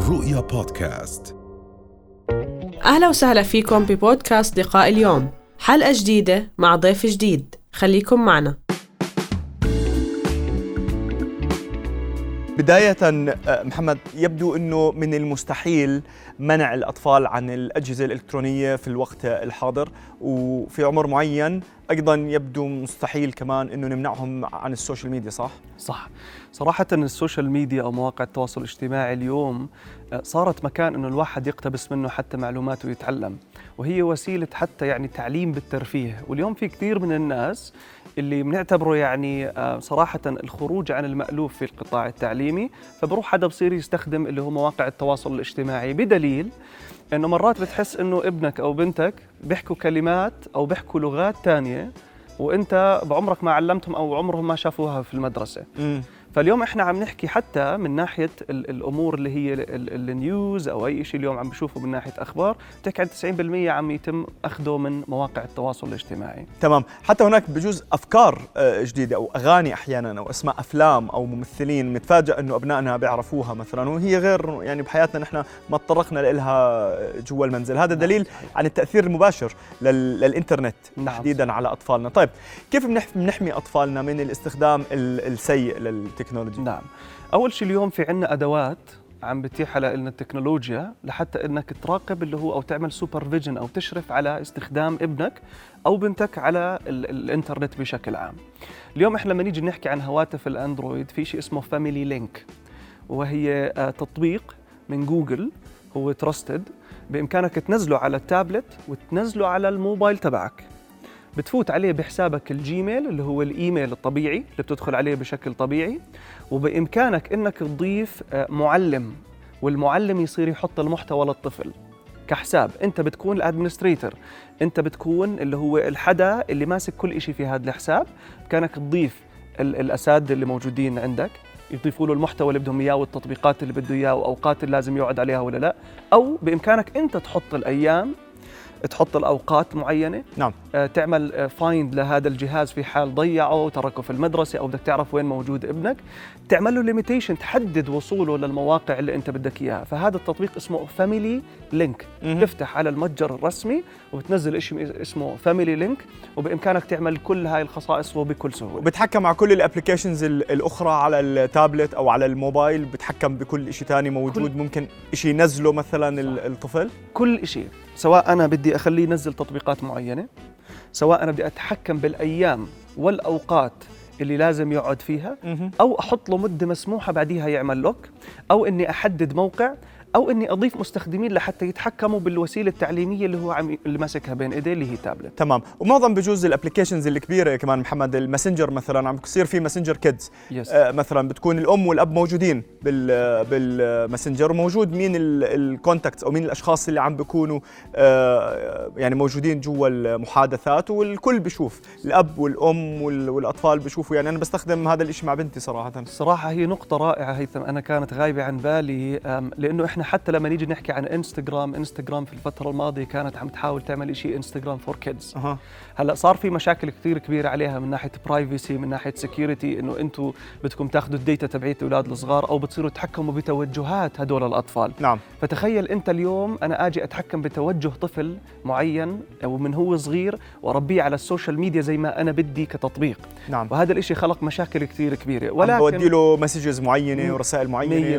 رؤيا بودكاست. أهلا وسهلا فيكم ببودكاست لقاء اليوم، حلقة جديدة مع ضيف جديد، خليكم معنا. بداية محمد، يبدو أنه من المستحيل منع الأطفال عن الأجهزة الإلكترونية في الوقت الحاضر، وفي عمر معين أيضا يبدو مستحيل كمان أنه نمنعهم عن السوشيال ميديا، صح؟ صح. صراحة السوشيال ميديا أو مواقع التواصل الاجتماعي اليوم صارت مكان أنه الواحد يقتبس منه حتى معلومات ويتعلم، وهي وسيلة حتى يعني تعليم بالترفيه. واليوم في كثير من الناس اللي بنعتبره يعني صراحة الخروج عن المألوف في القطاع التعليمي، فبروح حدا بصير يستخدم اللي هو مواقع التواصل الاجتماعي، بدليل إنه مرات بتحس إنه ابنك أو بنتك بيحكوا كلمات أو بيحكوا لغات تانية وإنت بعمرك ما علمتهم أو عمرهم ما شافوها في المدرسة. فاليوم إحنا عم نحكي حتى من ناحية الأمور اللي هي النيوز أو أي شيء اليوم عم بشوفه من ناحية أخبار، بتحكي عن 90% عم يتم أخذه من مواقع التواصل الاجتماعي. تمام. حتى هناك بجوز أفكار جديدة أو أغاني أحيانا أو أسماء أفلام أو ممثلين متفاجئ أنه أبنائنا بيعرفوها مثلا، وهي غير يعني بحياتنا نحن ما تطرقنا لها جوا المنزل. هذا دليل عن التأثير المباشر للإنترنت تحديدا على أطفالنا. طيب، كيف بنحمي أطفالنا من الاستخدام السيء للتكنولوجيا؟ نعم، أول شيء اليوم في عنا أدوات عم بتيح لنا التكنولوجيا لحتى إنك تراقب اللي هو أو تعمل سوبرفيجن أو تشرف على استخدام ابنك أو بنتك على الإنترنت بشكل عام. اليوم إحنا لما نيجي نحكي عن هواتف الأندرويد في شيء اسمه فاميلي لينك، وهي تطبيق من جوجل، هو تراستد، بإمكانك تنزله على التابلت وتنزله على الموبايل تبعك. بتفوت عليه بحسابك الجيميل اللي هو الإيميل الطبيعي اللي بتدخل عليه بشكل طبيعي، وبإمكانك إنك تضيف معلم، والمعلم يصير يحط المحتوى للطفل كحساب. أنت بتكون الأدمنستريتور، أنت بتكون اللي هو الحدا اللي ماسك كل إشي في هذا الحساب. بإمكانك تضيف الأساتذة اللي موجودين عندك يضيفوا له المحتوى اللي بدهم إياه والتطبيقات اللي بده إياه وأوقات اللي لازم يقعد عليها ولا لا، أو بإمكانك أنت تحط الأيام، تحط الأوقات معينة. نعم. تعمل فايند لهذا الجهاز في حال ضيعه تركه في المدرسة أو بدك تعرف وين موجود ابنك، تعمل له ليميتيشن، تحدد وصوله للمواقع اللي أنت بدك إياها. فهذا التطبيق اسمه فاميلي لينك، تفتح على المتجر الرسمي وبتنزل شيء اسمه فاميلي لينك، وبإمكانك تعمل كل هاي الخصائص وبكل سهولة. بتحكم على كل الابليكيشنز الأخرى على التابلت أو على الموبايل، بتحكم بكل شيء تاني موجود، ممكن شيء ينزله مثلا الطفل، كل شيء، سواء أنا بدي أخليه ينزل تطبيقات معينة، سواء أنا بدي أتحكم بالأيام والأوقات اللي لازم يقعد فيها، أو أحط له مدة مسموحة بعديها يعمل لوك، أو إني أحدد موقع، أو إني أضيف مستخدمين لحتى يتحكموا بالوسيلة التعليمية اللي هو اللي ماسكها بين إيديه اللي هي تابلت. تمام. ومعظم بجوز الابليكيشنز الكبيرة كمان محمد، الماسنجر مثلا عم بصير في ماسنجر كيدز، مثلا بتكون الأم والأب موجودين بالماسنجر، وموجود مين الكونتاكتس أو مين الأشخاص اللي عم بيكونوا يعني موجودين جوا المحادثات، والكل بيشوف، الأب والأم والأطفال بيشوفوا. يعني أنا بستخدم هذا الإشي مع بنتي صراحة. الصراحة هي نقطة رائعة هيثم، أنا كانت غايبة عن بالي، لأنه إحنا حتى لما نيجي نحكي عن انستغرام في الفترة الماضية كانت عم تحاول تعمل شيء انستغرام فور كيدز. هلا صار في مشاكل كثير كبيرة عليها من ناحية برايفسي، من ناحية سكيورتي، إنه أنتم بدكم تاخذوا الداتا تبعيت الأولاد الصغار أو بتصيروا تتحكموا بتوجهات هدول الأطفال. نعم. فتخيل أنت اليوم أنا أجي أتحكم بتوجه طفل معين أو من هو صغير وأربيه على السوشيال ميديا زي ما أنا بدي كتطبيق. نعم. وهذا الإشي خلق مشاكل كثير كبيرة، ولكن بودي له مسجز معينة ورسائل معينة،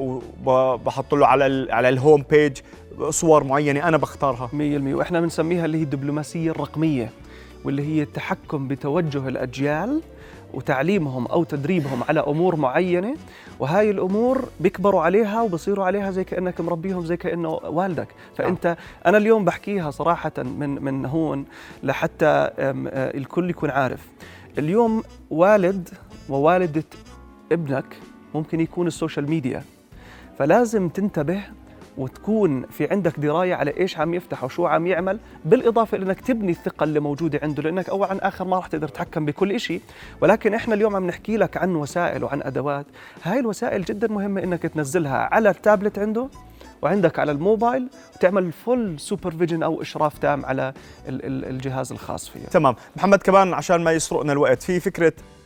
وبحط له على الهوم بيج صور معينة أنا بختارها 100%. وإحنا بنسميها اللي هي الدبلوماسية الرقمية، واللي هي التحكم بتوجه الأجيال وتعليمهم أو تدريبهم على أمور معينة، وهاي الأمور بيكبروا عليها وبصيروا عليها زي كأنك مربيهم زي كأنه والدك. فأنت أنا اليوم بحكيها صراحة من هون لحتى الكل يكون عارف، اليوم والد ووالدة ابنك ممكن يكون السوشيال ميديا، فلازم تنتبه وتكون في عندك دراية على إيش عم يفتح وشو عم يعمل، بالإضافة لأنك تبني الثقة اللي موجودة عنده، لأنك أول عن آخر ما راح تقدر تتحكم بكل إشي. ولكن إحنا اليوم عم نحكي لك عن وسائل وعن أدوات، هاي الوسائل جدا مهمة إنك تنزلها على التابلت عنده وعندك على الموبايل، وتعمل فول سوبرفيجن أو إشراف تام على الجهاز الخاص فيه. تمام. محمد، كمان عشان ما يسرقنا الوقت، في فكرة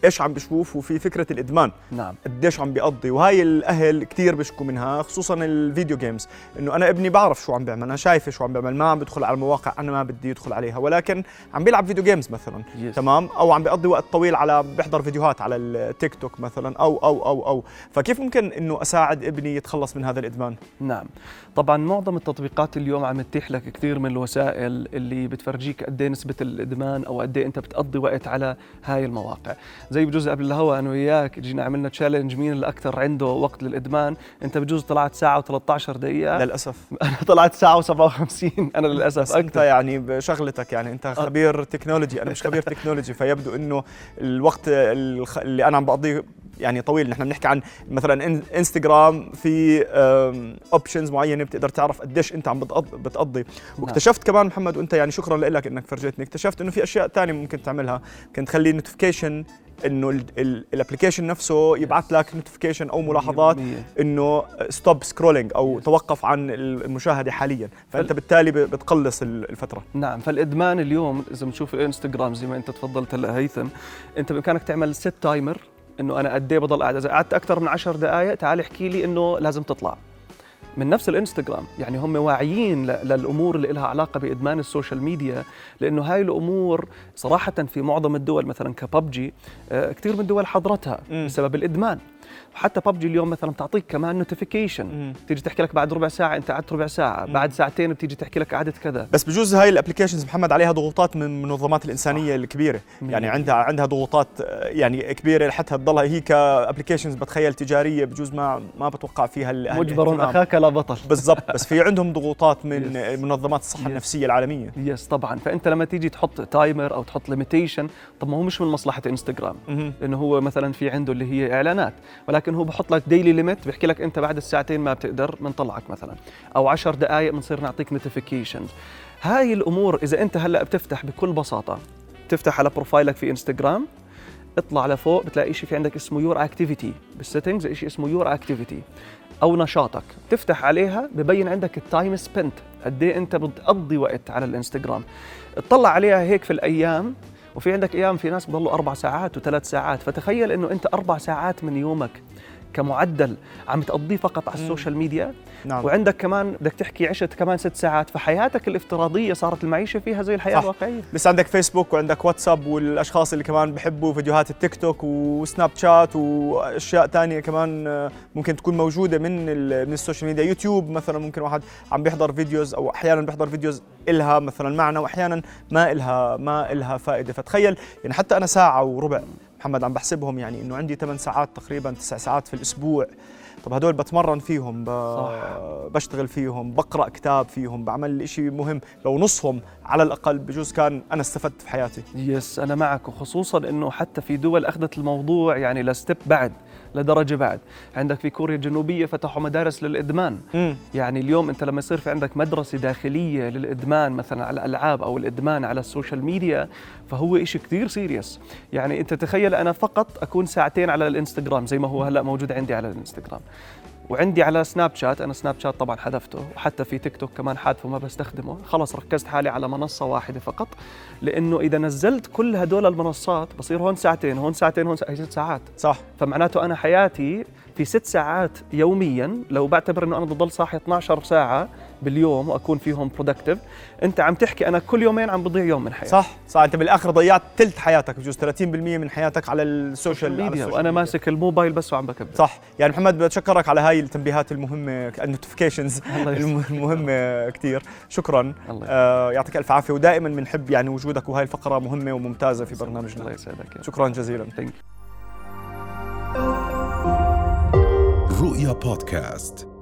ايش عم بشوف، وفي فكره الادمان. نعم. قديش عم بيقضي، وهاي الاهل كثير بيشكوا منها، خصوصا الفيديو جيمز، انه انا ابني بعرف شو عم بيعمل، انا شايفه شو عم بيعمل، ما عم بدخل على المواقع انا ما بدي يدخل عليها، ولكن عم بيلعب فيديو جيمز مثلا. تمام، او عم بيقضي وقت طويل على بيحضر فيديوهات على التيك توك مثلا، او فكيف ممكن انه اساعد ابني يتخلص من هذا الادمان؟ نعم، طبعا معظم التطبيقات اليوم عم تتيح لك كثير من الوسائل اللي بتفرجيك قد ايه نسبه الادمان او قد ايه انت بتقضي وقت على هاي المواقع. زي بجوز قبل الهوا انا وياك جينا عملنا تشالنج مين اللي اكثر عنده وقت للادمان. انت بجوز طلعت ساعه و13 دقيقه. للاسف انا طلعت ساعه و57. انا للاسف اكثر. انت يعني بشغلتك، يعني انت خبير تكنولوجي، انا مش خبير تكنولوجي، فيبدو انه الوقت اللي انا عم بقضيه يعني طويل. نحن بنحكي عن مثلا انستغرام، في اوبشنز معينه بتقدر تعرف قديش انت عم بتقضي. واكتشفت كمان محمد، وانت يعني شكرا لك انك فرجيتني، اكتشفت انه في اشياء ثانيه ممكن تعملها. كنت تخلي نوتيفيكيشن انه الابلكيشن نفسه يبعث لك نوتيفيكيشن او ملاحظات انه ستوب سكرولينج او توقف عن المشاهده حاليا، فانت بالتالي بتقلص الفتره. نعم، فالادمان اليوم اذا بنشوف الانستغرام زي ما انت تفضلت هلا هيثم، انت بامكانك تعمل ست تايمر انه انا قد ايه بضل قاعد. اذا قعدت اكثر من 10 دقائق تعال احكي لي انه لازم تطلع من نفس الانستغرام. يعني هم واعيين للامور اللي لها علاقه بادمان السوشيال ميديا، لانه هاي الامور صراحه في معظم الدول مثلا كببجي كثير من الدول حضرتها بسبب الادمان. وحتى ببجي اليوم مثلا بتعطيك كمان نوتيفيكيشن، تيجي تحكي لك بعد ربع ساعه انت قعدت ربع ساعه، بعد ساعتين بتيجي تحكي لك قعدت كذا. بس بجوز هاي الابلكيشنز محمد عليها ضغوطات من المنظمات الانسانيه الكبيره، يعني عندها ضغوطات يعني كبيره لحتى تضلها هي كابلكيشنز بتخيل تجاريه، بجوز ما بتوقع فيها مجبر اخاك لا بطل. بالضبط، بس في عندهم ضغوطات من منظمات الصحه النفسيه العالميه. يس طبعا. فانت لما تيجي تحط تايمر او تحط ليميتيشن، طب ما هو مش من مصلحه انستغرام، لانه هو مثلا في عنده اللي هي اعلانات، ولكن هو بحط لك ديلي ليميت، بيحكي لك انت بعد الساعتين ما بتقدر بنطلعك مثلا، او 10 دقائق بنصير نعطيك نوتيفيكيشنز. هاي الامور اذا انت هلا بتفتح بكل بساطه، بتفتح على بروفايلك في انستغرام، اطلع لفوق بتلاقي شيء في عندك اسمه يور اكتيفيتي بالسيتنجز، شيء اسمه يور اكتيفيتي او نشاطك، تفتح عليها ببين عندك التايم سبنت، قد ايه انت بتقضي وقت على الانستغرام. اطلع عليها هيك في الايام، وفي عندك ايام في ناس بضلوا 4 ساعات و3 ساعات، فتخيل انه انت 4 ساعات من يومك كمعدل عم تقضيه فقط على السوشيال ميديا. نعم. وعندك كمان بدك تحكي عشت كمان 6 ساعات، فحياتك الافتراضيه صارت المعيشه فيها زي الحياه الواقعيه. لسه عندك فيسبوك وعندك واتساب، والاشخاص اللي كمان بحبوا فيديوهات التيك توك وسناب شات واشياء ثانيه كمان ممكن تكون موجوده من السوشيال ميديا. يوتيوب مثلا ممكن واحد عم بيحضر فيديوز، او احيانا بيحضر فيديوز إلها مثلا معنى، واحيانا ما إلها فائده. فتخيل يعني حتى انا ساعه وربع محمد عم بحسبهم، يعني انه عندي 8 ساعات تقريبا 9 ساعات في الاسبوع. طب هدول بتمرن فيهم، بشتغل فيهم، بقرأ كتاب فيهم، بعمل إشي مهم، لو نصهم على الأقل بجوز كان أنا استفدت في حياتي. يس أنا معك، وخصوصا إنه حتى في دول أخذت الموضوع يعني لستيب بعد، لدرجة بعد. عندك في كوريا الجنوبية فتحوا مدارس للإدمان. يعني اليوم أنت لما يصير في عندك مدرسة داخلية للإدمان مثلا على الألعاب أو الإدمان على السوشيال ميديا، فهو إشي كثير سيريس. يعني أنت تخيل أنا فقط أكون ساعتين على الإنستغرام زي ما هو هلأ موجود عندي على الإنستغرام، وعندي على سناب شات، أنا سناب شات طبعا حذفته، وحتى في تيك توك كمان حذفه ما بستخدمه، خلص ركزت حالي على منصة واحدة فقط، لأنه إذا نزلت كل هدول المنصات بصير هون ساعتين هون ساعتين هون 6 ساعات. صح. فمعناته أنا حياتي في 6 ساعات يوميا، لو بعتبر إنه أنا بضل صاحي 12 ساعة باليوم وأكون فيهم برودكتيف، أنت عم تحكي أنا كل يومين عم بضيع يوم من حياتي. صح، أنت بالآخر ضيعت ثلث حياتك، بجوز 30% من حياتك على السوشيال ميديا، وأنا ماسك الموبايل بس وعم بكبر. صح. يعني محمد بتشكرك على هاي التنبيهات المهمة، النوتيفيكيشنز المهمة كتير. شكرا. يعطيك ألف عافية، ودائما بنحب يعني وجودك، وهاي الفقرة مهمة وممتازة في برنامجنا. الله يسعدك. شكرا جزيلا. رؤيا بودكاست.